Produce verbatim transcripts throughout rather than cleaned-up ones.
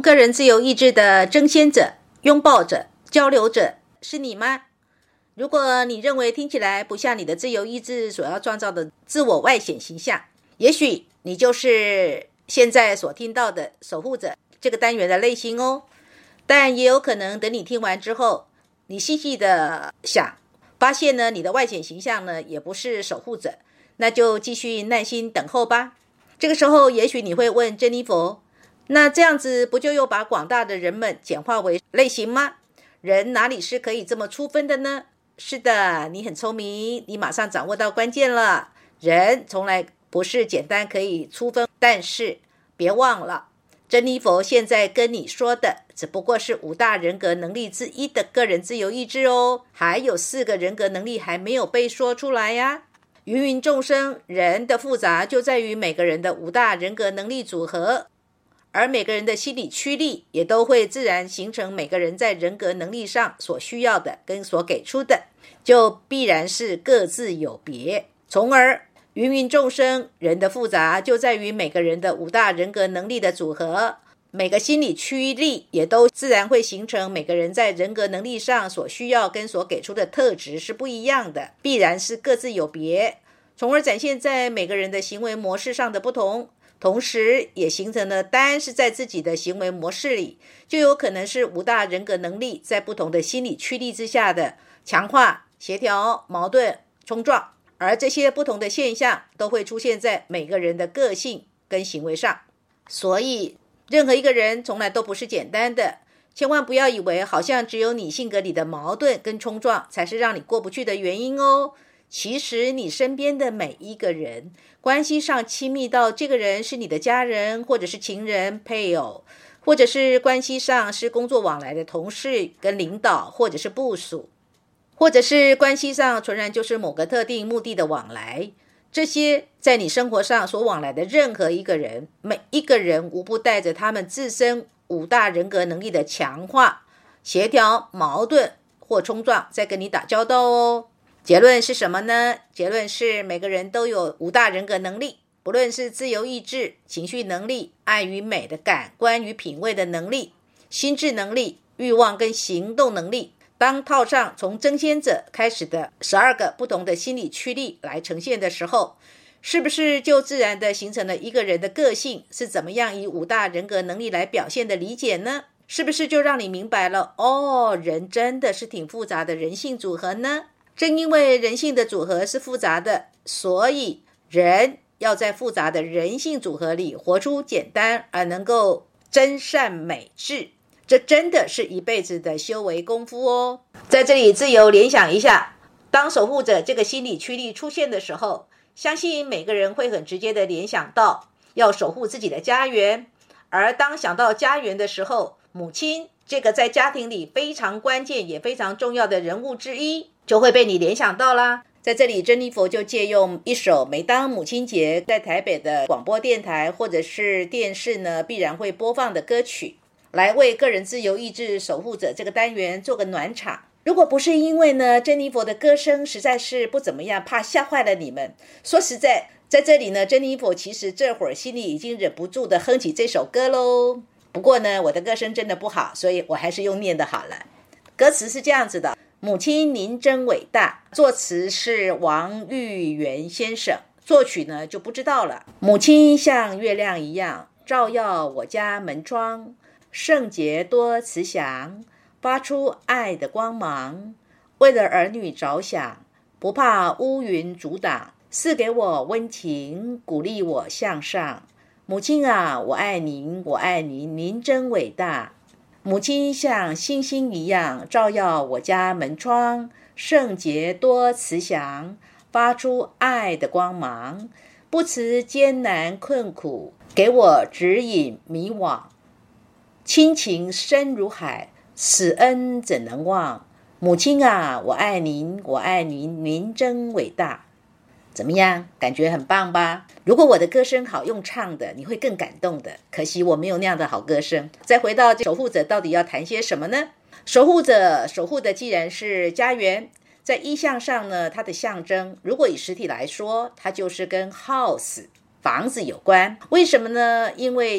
个人自由意志的争先者、拥抱者、交流者是你吗？如果你认为听起来不像你的自由意志所要创造的自我外显形象，也许你就是现在所听到的守护者这个单元的类型哦。但也有可能等你听完之后，你细细的想，发现呢你的外显形象呢也不是守护者，那就继续耐心等候吧。这个时候也许你会问珍妮佛，那这样子不就又把广大的人们简化为类型吗？人哪里是可以这么粗分的呢？是的，你很聪明，你马上掌握到关键了。人从来不是简单可以粗分，但是别忘了，珍妮佛现在跟你说的只不过是五大人格能力之一的个人自由意志哦，还有四个人格能力还没有被说出来呀。芸芸众生，人的复杂就在于每个人的五大人格能力组合，而每个人的心理驱力也都会自然形成每个人在人格能力上所需要的跟所给出的，就必然是各自有别。从而芸芸众生，人的复杂就在于每个人的五大人格能力的组合，每个心理驱力也都自然会形成每个人在人格能力上所需要跟所给出的特质是不一样的，必然是各自有别，从而展现在每个人的行为模式上的不同，同时也形成了单是在自己的行为模式里，就有可能是五大人格能力在不同的心理驱力之下的强化、协调、矛盾、冲撞，而这些不同的现象都会出现在每个人的个性跟行为上。所以任何一个人从来都不是简单的，千万不要以为好像只有你性格里的矛盾跟冲撞才是让你过不去的原因哦。其实你身边的每一个人，关系上亲密到这个人是你的家人，或者是情人、配偶，或者是关系上是工作往来的同事跟领导，或者是部属，或者是关系上纯然就是某个特定目的的往来，这些在你生活上所往来的任何一个人，每一个人无不带着他们自身五大人格能力的强化、协调、矛盾或冲撞在跟你打交道哦。结论是什么呢？结论是每个人都有五大人格能力，不论是自由意志、情绪能力、爱与美的感官与品味的能力、心智能力、欲望跟行动能力，当套上从争先者开始的十二个不同的心理驱力来呈现的时候，是不是就自然的形成了一个人的个性是怎么样以五大人格能力来表现的理解呢？是不是就让你明白了，哦，人真的是挺复杂的人性组合呢？正因为人性的组合是复杂的，所以人要在复杂的人性组合里活出简单而能够真善美智，这真的是一辈子的修为功夫哦。在这里自由联想一下，当守护者这个心理驱力出现的时候，相信每个人会很直接的联想到要守护自己的家园，而当想到家园的时候，母亲这个在家庭里非常关键也非常重要的人物之一就会被你联想到啦。在这里珍妮佛就借用一首每当母亲节在台北的广播电台或者是电视呢必然会播放的歌曲，来为个人自由意志守护者这个单元做个暖场。如果不是因为呢珍妮佛的歌声实在是不怎么样，怕吓坏了你们，说实在在这里呢珍妮佛其实这会儿心里已经忍不住的哼起这首歌咯。不过呢我的歌声真的不好，所以我还是用念的好了。歌词是这样子的，母亲您真伟大，作词是王玉元先生，作曲呢就不知道了。母亲像月亮一样照耀我家门窗，圣洁多慈祥，发出爱的光芒，为了儿女着想，不怕乌云阻挡，赐给我温情，鼓励我向上。母亲啊，我爱您，我爱您，您真伟大。母亲像星星一样照耀我家门窗，圣洁多慈祥，发出爱的光芒，不辞艰难困苦，给我指引迷惘。亲情深如海，此恩怎能忘？母亲啊，我爱您，我爱您，您真伟大。怎么样？感觉很棒吧？如果我的歌声好用唱的，你会更感动的。可惜我没有那样的好歌声。再回到守护者到底要谈些什么呢？守护者守护的既然是家园，在意象上呢，它的象征，如果以实体来说，它就是跟 house 房子有关。为什么呢？因为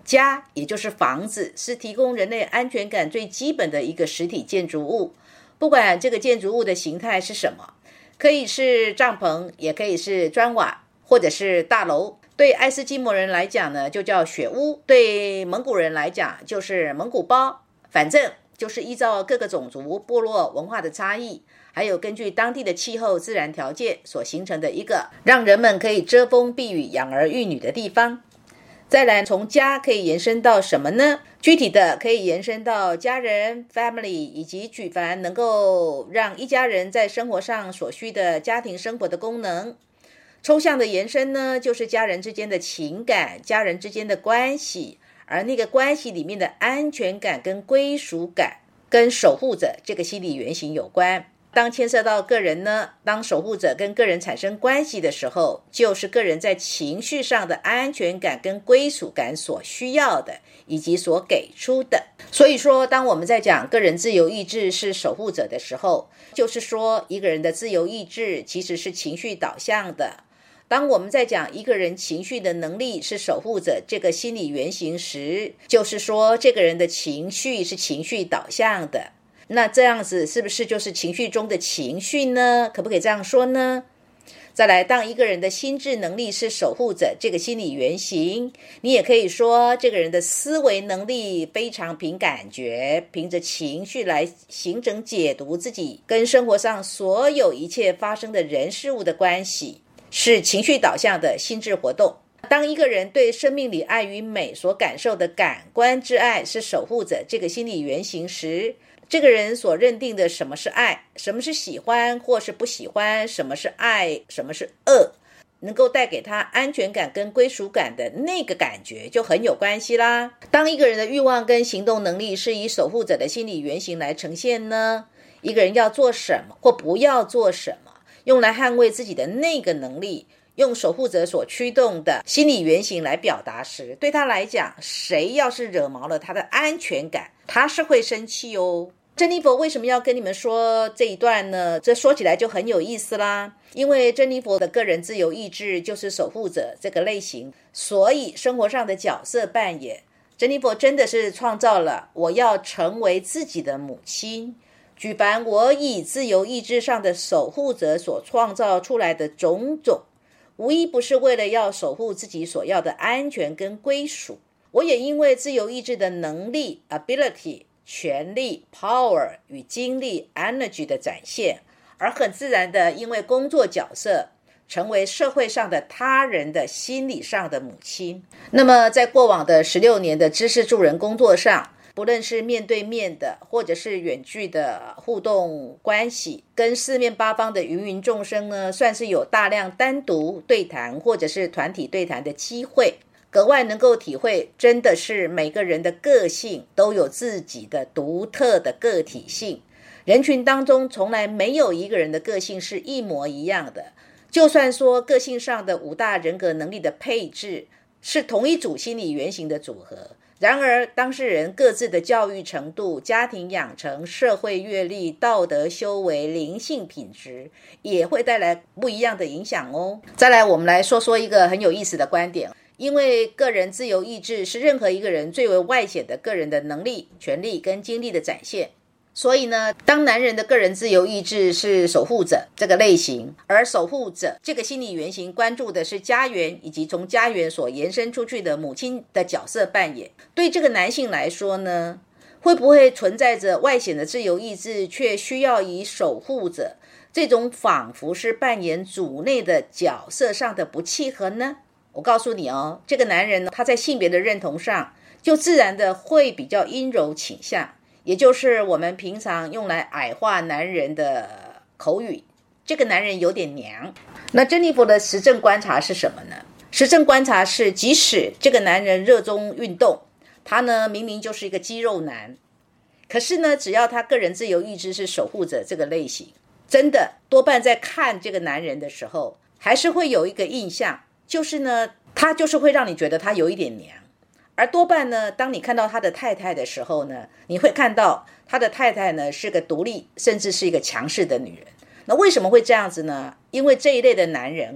家也就是房子是提供人类安全感最基本的一个实体建筑物，不管这个建筑物的形态是什么，可以是帐篷，也可以是砖瓦，或者是大楼。对爱斯基摩人来讲呢，就叫雪屋；对蒙古人来讲，就是蒙古包。反正就是依照各个种族、部落文化的差异，还有根据当地的气候、自然条件所形成的一个让人们可以遮风避雨、养儿育女的地方。再来，从家可以延伸到什么呢？具体的可以延伸到家人 family， 以及举凡能够让一家人在生活上所需的家庭生活的功能。抽象的延伸呢，就是家人之间的情感，家人之间的关系，而那个关系里面的安全感跟归属感跟守护者这个心理原型有关。当牵涉到个人呢，当守护者跟个人产生关系的时候，就是个人在情绪上的安全感跟归属感所需要的，以及所给出的。所以说，当我们在讲个人自由意志是守护者的时候，就是说一个人的自由意志其实是情绪导向的。当我们在讲一个人情绪的能力是守护者这个心理原型时，就是说这个人的情绪是情绪导向的。那这样子是不是就是情绪中的情绪呢？可不可以这样说呢？再来，当一个人的心智能力是守护者这个心理原型，你也可以说这个人的思维能力非常凭感觉，凭着情绪来形成解读自己跟生活上所有一切发生的人事物的关系，是情绪导向的心智活动。当一个人对生命里爱与美所感受的感官之爱是守护者这个心理原型时，这个人所认定的什么是爱，什么是喜欢或是不喜欢，什么是爱，什么是恶，能够带给他安全感跟归属感的那个感觉就很有关系啦。当一个人的欲望跟行动能力是以守护者的心理原型来呈现呢，一个人要做什么或不要做什么，用来捍卫自己的那个能力，用守护者所驱动的心理原型来表达时，对他来讲，谁要是惹毛了他的安全感，他是会生气哦。珍妮佛为什么要跟你们说这一段呢？这说起来就很有意思啦。因为珍妮佛的个人自由意志就是守护者这个类型，所以生活上的角色扮演，珍妮佛真的是创造了我要成为自己的母亲。举凡我以自由意志上的守护者所创造出来的种种，无一不是为了要守护自己所要的安全跟归属。我也因为自由意志的能力 ability、 权力 power 与精力 energy 的展现，而很自然的因为工作角色成为社会上的他人的心理上的母亲。那么在过往的十六年的知识助人工作上，不论是面对面的或者是远距的互动关系，跟四面八方的芸芸众生呢，算是有大量单独对谈或者是团体对谈的机会，格外能够体会，真的是每个人的个性都有自己的独特的个体性，人群当中从来没有一个人的个性是一模一样的。就算说个性上的五大人格能力的配置是同一组心理原型的组合，然而当事人各自的教育程度、家庭养成、社会阅历、道德修为、灵性品质也会带来不一样的影响哦。再来，我们来说说一个很有意思的观点，因为个人自由意志是任何一个人最为外显的个人的能力、权力跟精力的展现。所以呢，当男人的个人自由意志是守护者这个类型，而守护者这个心理原型关注的是家园以及从家园所延伸出去的母亲的角色扮演，对这个男性来说呢，会不会存在着外显的自由意志却需要以守护者这种仿佛是扮演主内的角色上的不契合呢？我告诉你哦，这个男人呢，他在性别的认同上就自然的会比较阴柔倾向，也就是我们平常用来矮化男人的口语，这个男人有点娘。那珍妮佛的实证观察是什么呢？实证观察是，即使这个男人热衷运动，他呢明明就是一个肌肉男，可是呢，只要他个人自由意志是守护者这个类型，真的多半在看这个男人的时候，还是会有一个印象，就是呢，他就是会让你觉得他有一点娘。而多半呢，当你看到他的太太的时候呢，你会看到他的太太呢是个独立甚至是一个强势的女人。那为什么会这样子呢？因为这一类的男人啊，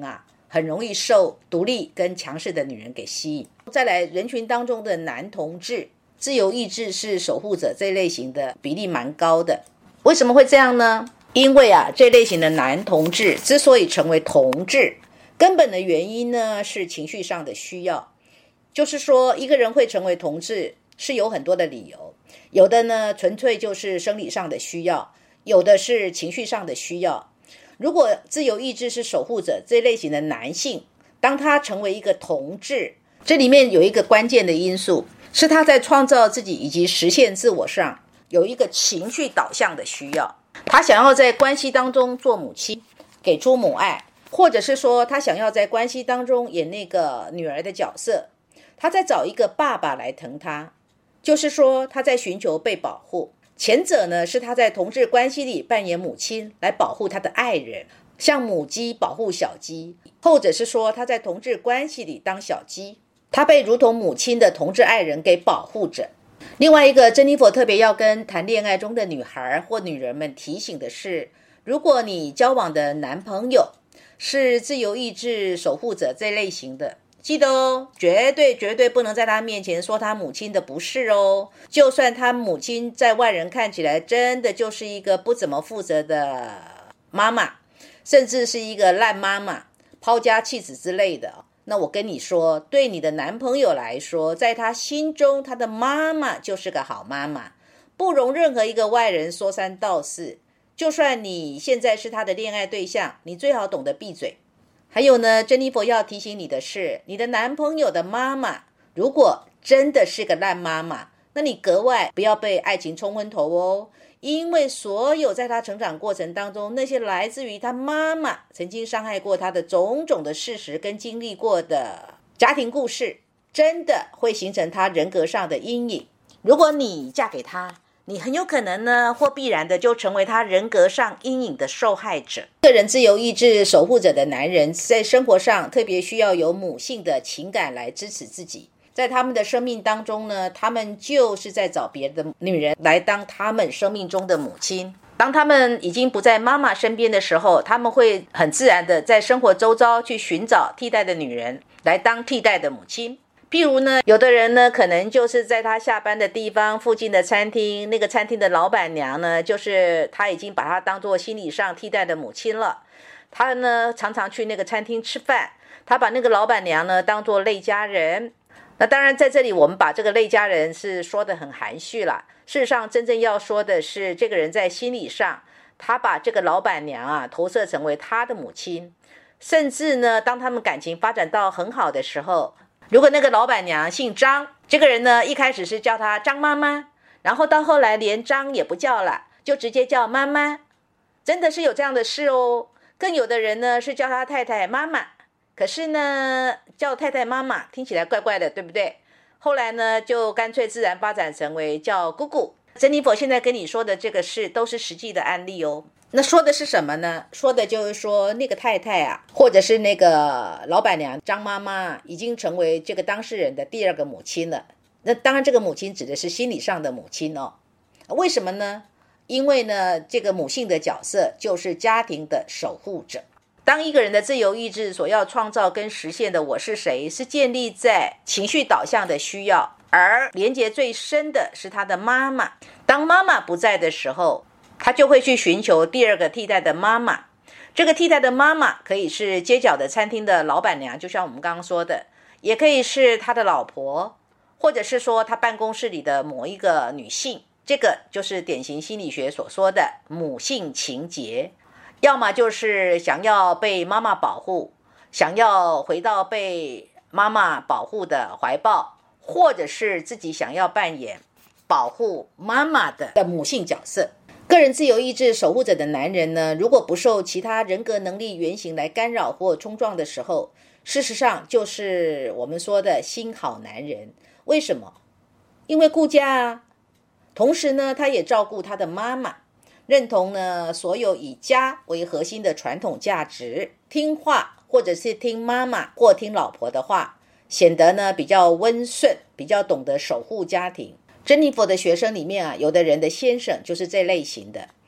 很容易受独立跟强势的女人给吸引。再来，人群当中的男同志，自由意志是守护者这类型的比例蛮高的。为什么会这样呢？因为啊，这类型的男同志之所以成为同志，根本的原因呢是情绪上的需要。就是说，一个人会成为同志是有很多的理由，有的呢纯粹就是生理上的需要，有的是情绪上的需要。如果自由意志是守护者这类型的男性，当他成为一个同志，这里面有一个关键的因素，是他在创造自己以及实现自我上有一个情绪导向的需要。他想要在关系当中做母亲，给出母爱，或者是说他想要在关系当中演那个女儿的角色，他在找一个爸爸来疼他，就是说他在寻求被保护。前者呢是他在同志关系里扮演母亲来保护他的爱人，像母鸡保护小鸡，后者是说他在同志关系里当小鸡，他被如同母亲的同志爱人给保护着。另外一个，珍妮佛特别要跟谈恋爱中的女孩或女人们提醒的是，如果你交往的男朋友是自由意志守护者这类型的，记得哦，绝对绝对不能在他面前说他母亲的不是哦。就算他母亲在外人看起来真的就是一个不怎么负责的妈妈，甚至是一个烂妈妈，抛家弃子之类的，那我跟你说，对你的男朋友来说，在他心中，他的妈妈就是个好妈妈，不容任何一个外人说三道四。就算你现在是他的恋爱对象，你最好懂得闭嘴。还有呢，珍妮佛要提醒你的是，你的男朋友的妈妈如果真的是个烂妈妈，那你格外不要被爱情冲昏头哦。因为所有在他成长过程当中，那些来自于他妈妈曾经伤害过他的种种的事实跟经历过的家庭故事，真的会形成他人格上的阴影。如果你嫁给他，你很有可能呢，或必然的就成为他人格上阴影的受害者。个人自由意志守护者的男人，在生活上特别需要有母性的情感来支持自己。在他们的生命当中呢，他们就是在找别的女人来当他们生命中的母亲。当他们已经不在妈妈身边的时候，他们会很自然的在生活周遭去寻找替代的女人来当替代的母亲。譬如呢，有的人呢，可能就是在他下班的地方附近的餐厅，那个餐厅的老板娘呢，就是他已经把他当作心理上替代的母亲了。他呢，常常去那个餐厅吃饭，他把那个老板娘呢当作类家人。那当然在这里我们把这个类家人是说得很含蓄了，事实上真正要说的是，这个人在心理上他把这个老板娘啊投射成为他的母亲。甚至呢，当他们感情发展到很好的时候，如果那个老板娘姓张，这个人呢一开始是叫她张妈妈，然后到后来连张也不叫了，就直接叫妈妈。真的是有这样的事哦。更有的人呢是叫他太太妈妈，可是呢叫太太妈妈听起来怪怪的，对不对？后来呢就干脆自然发展成为叫姑姑。珍妮佛现在跟你说的这个事都是实际的案例哦。那说的是什么呢？说的就是说那个太太啊，或者是那个老板娘张妈妈已经成为这个当事人的第二个母亲了。那当然这个母亲指的是心理上的母亲哦。为什么呢？因为呢这个母性的角色就是家庭的守护者。当一个人的自由意志所要创造跟实现的我是谁，是建立在情绪导向的需要，而连结最深的是他的妈妈。当妈妈不在的时候，他就会去寻求第二个替代的妈妈。这个替代的妈妈可以是街角的餐厅的老板娘，就像我们刚刚说的，也可以是他的老婆，或者是说他办公室里的某一个女性。这个就是典型心理学所说的母性情结。要么就是想要被妈妈保护，想要回到被妈妈保护的怀抱，或者是自己想要扮演保护妈妈的的母性角色。个人自由意志守护者的男人呢，如果不受其他人格能力原型来干扰或冲撞的时候，事实上就是我们说的新好男人。为什么？因为顾家啊，同时呢他也照顾他的妈妈，认同呢所有以家为核心的传统价值，听话或者是听妈妈或听老婆的话，显得呢比较温顺，比较懂得守护家庭。珍妮佛的学生里面啊，有的人的先生就是这类型的。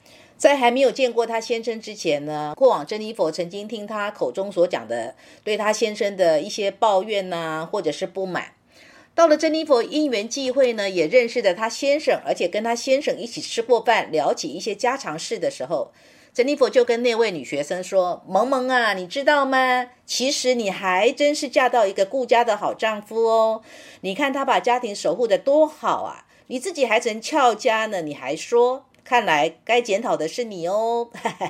在还没有见过她先生之前呢，过往珍妮佛曾经听她口中所讲的对她先生的一些抱怨啊，或者是不满。到了珍妮佛因缘际会呢，也认识了她先生，而且跟她先生一起吃过饭，聊起一些家常事的时候，珍妮佛就跟那位女学生说，萌萌啊，你知道吗？其实你还真是嫁到一个顾家的好丈夫哦。你看他把家庭守护得多好啊，你自己还曾翘家呢，你还说，看来该检讨的是你哦。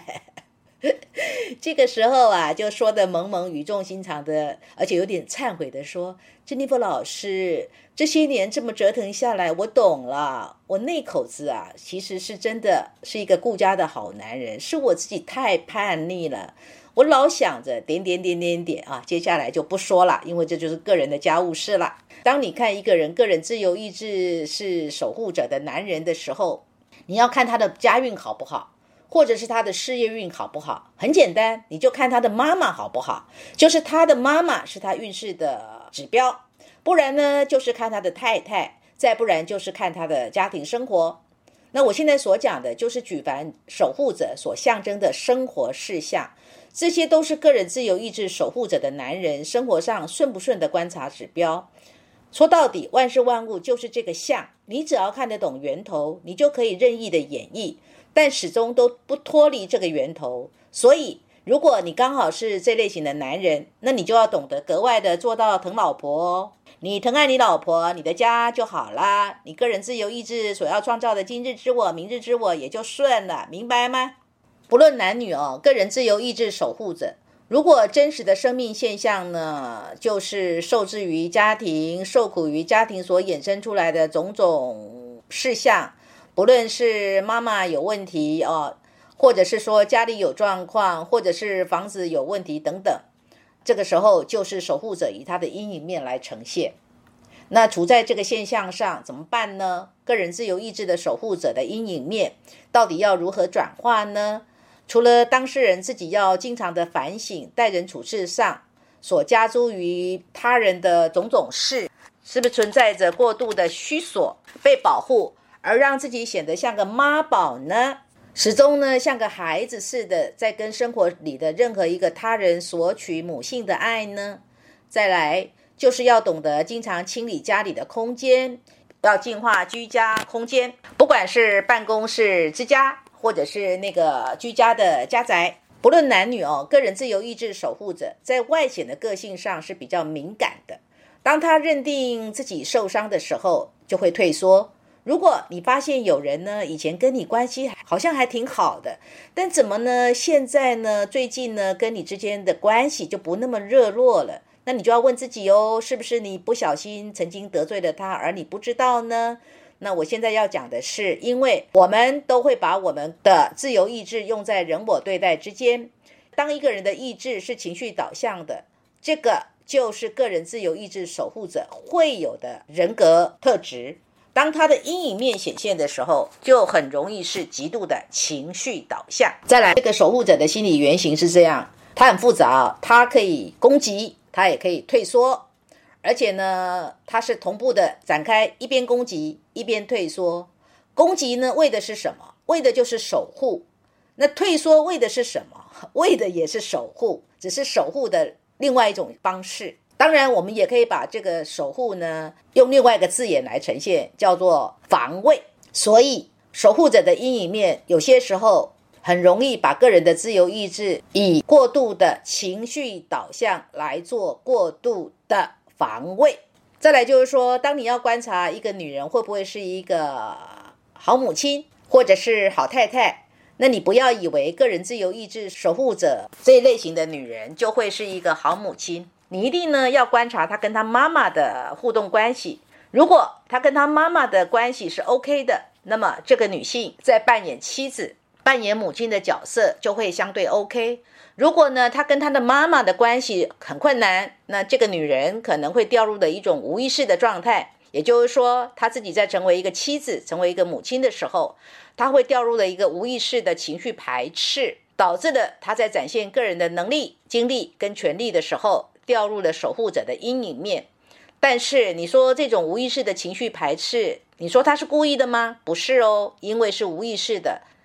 这个时候啊，就说的萌萌语重心长的，而且有点忏悔的说，珍妮佛老师，这些年这么折腾下来，我懂了，我那口子啊，其实是真的是一个顾家的好男人，是我自己太叛逆了，我老想着点点点点点啊，接下来就不说了，因为这就是个人的家务事了。当你看一个人个人自由意志是守护者的男人的时候，你要看他的家运好不好，或者是他的事业运好不好，很简单，你就看他的妈妈好不好，就是他的妈妈是他运势的指标，不然呢就是看他的太太，再不然就是看他的家庭生活。那我现在所讲的就是举凡守护者所象征的生活事项，这些都是个人自由意志守护者的男人生活上顺不顺的观察指标。说到底，万事万物就是这个相，你只要看得懂源头，你就可以任意的演绎，但始终都不脱离这个源头。所以如果你刚好是这类型的男人，那你就要懂得格外的做到疼老婆哦。你疼爱你老婆，你的家就好啦，你个人自由意志所要创造的今日之我明日之我也就顺了，明白吗？不论男女哦，个人自由意志守护者，如果真实的生命现象呢，就是受制于家庭，受苦于家庭所衍生出来的种种事项，不论是妈妈有问题哦，或者是说家里有状况，或者是房子有问题等等，这个时候就是守护者以他的阴影面来呈现。那处在这个现象上怎么办呢？个人自由意志的守护者的阴影面到底要如何转化呢？除了当事人自己要经常的反省，待人处事上所加诸于他人的种种事，是不是存在着过度的需索、被保护，而让自己显得像个妈宝呢？始终呢像个孩子似的，在跟生活里的任何一个他人索取母性的爱呢？再来就是要懂得经常清理家里的空间，要净化居家空间，不管是办公室之家，或者是那个居家的家宅，不论男女哦，个人自由意志守护者在外显的个性上是比较敏感的。当他认定自己受伤的时候，就会退缩。如果你发现有人呢，以前跟你关系好像还挺好的，但怎么呢，现在呢，最近呢，跟你之间的关系就不那么热络了，那你就要问自己哦，是不是你不小心曾经得罪了他，而你不知道呢？那我现在要讲的是，因为我们都会把我们的自由意志用在人我对待之间。当一个人的意志是情绪导向的，这个就是个人自由意志守护者会有的人格特质。当他的阴影面显现的时候，就很容易是极度的情绪导向。再来，这个守护者的心理原型是这样，他很复杂，他可以攻击，他也可以退缩，而且呢，它是同步的展开，一边攻击一边退缩。攻击呢，为的是什么？为的就是守护。那退缩为的是什么？为的也是守护，只是守护的另外一种方式。当然我们也可以把这个守护呢，用另外一个字眼来呈现，叫做防卫。所以守护者的阴影面有些时候很容易把个人的自由意志以过度的情绪导向来做过度的防卫。再来就是说，当你要观察一个女人会不会是一个好母亲或者是好太太，那你不要以为个人自由意志守护者这一类型的女人就会是一个好母亲，你一定呢要观察她跟她妈妈的互动关系。如果她跟她妈妈的关系是 OK 的，那么这个女性在扮演妻子扮演母亲的角色就会相对 OK。 如果呢她跟她的妈妈的关系很困难，那这个女人可能会掉入的一种无意识的状态，也就是说她自己在成为一个妻子成为一个母亲的时候，她会掉入了一个无意识的情绪排斥，导致了她在展现个人的能力精力跟权力的时候掉入了守护者的阴影面。但是你说这种无意识的情绪排斥，你说他是故意的吗？不是哦，因为是无意识的，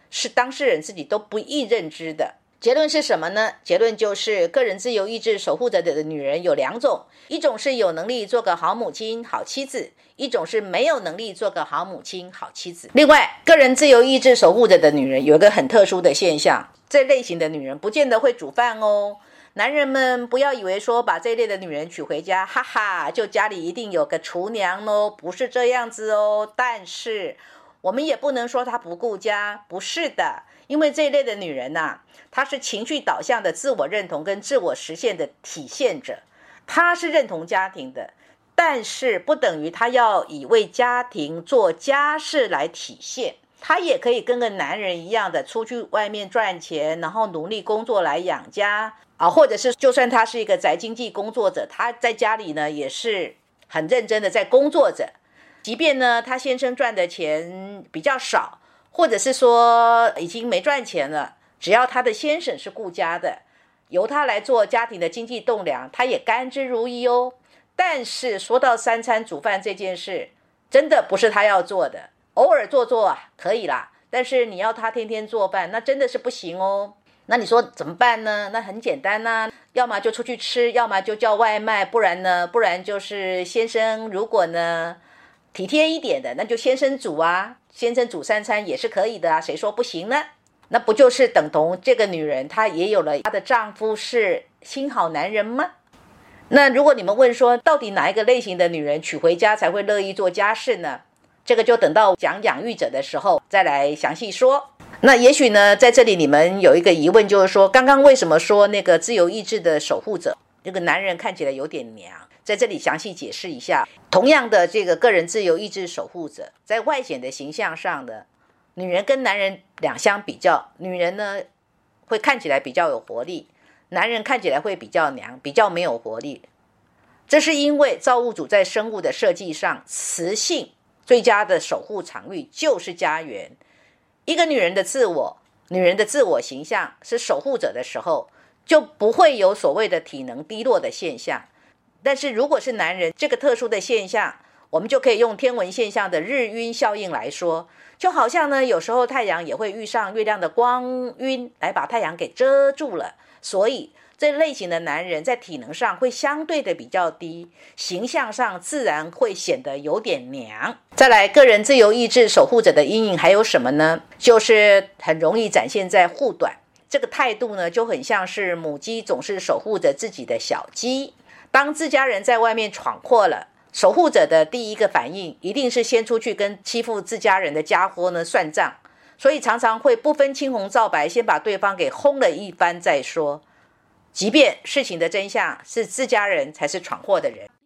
是当事人自己都不易认知的。结论是什么呢？结论就是个人自由意志守护者的女人有两种，一种是有能力做个好母亲、好妻子，一种是没有能力做个好母亲、好妻子。另外，个人自由意志守护者的女人有一个很特殊的现象，这类型的女人不见得会煮饭哦。男人们不要以为说把这一类的女人娶回家，哈哈，就家里一定有个厨娘咯，不是这样子哦。但是我们也不能说她不顾家，不是的，因为这一类的女人啊，她是情绪导向的自我认同跟自我实现的体现者，她是认同家庭的，但是不等于她要以为家庭做家事来体现。她也可以跟个男人一样的出去外面赚钱，然后努力工作来养家啊，或者是就算她是一个宅经济工作者，她在家里呢也是很认真的在工作着，即便呢她先生赚的钱比较少，或者是说已经没赚钱了，只要她的先生是顾家的，由他来做家庭的经济栋梁，他也甘之如饴哦。但是说到三餐煮饭这件事，真的不是他要做的，偶尔做做啊可以啦，但是你要他天天做饭，那真的是不行哦。那你说怎么办呢？那很简单啊，要么就出去吃，要么就叫外卖，不然呢，不然就是先生如果呢体贴一点的，那就先生煮啊，先生煮三餐也是可以的啊，谁说不行呢？那不就是等同这个女人她也有了她的丈夫是新好男人吗？那如果你们问说到底哪一个类型的女人娶回家才会乐意做家事呢？这个就等到讲养育者的时候再来详细说。那也许呢在这里你们有一个疑问，就是说刚刚为什么说那个自由意志的守护者这个男人看起来有点娘，在这里详细解释一下。同样的这个个人自由意志守护者在外显的形象上呢，女人跟男人两相比较，女人呢会看起来比较有活力，男人看起来会比较娘，比较没有活力。这是因为造物主在生物的设计上，雌性最佳的守护场域就是家园。一个女人的自我女人的自我形象是守护者的时候，就不会有所谓的体能低落的现象。但是如果是男人，这个特殊的现象，我们就可以用天文现象的日晕效应来说，就好像呢有时候太阳也会遇上月亮的光晕来把太阳给遮住了，所以这类型的男人在体能上会相对的比较低，形象上自然会显得有点娘。再来，个人自由意志守护者的阴影还有什么呢？就是很容易展现在护短，这个态度呢就很像是母鸡总是守护着自己的小鸡，当自家人在外面闯祸了，守护者的第一个反应一定是先出去跟欺负自家人的家伙呢算账，所以常常会不分青红皂白，先把对方给轰了一番再说，即便事情的真相是自家人才是闯祸的人。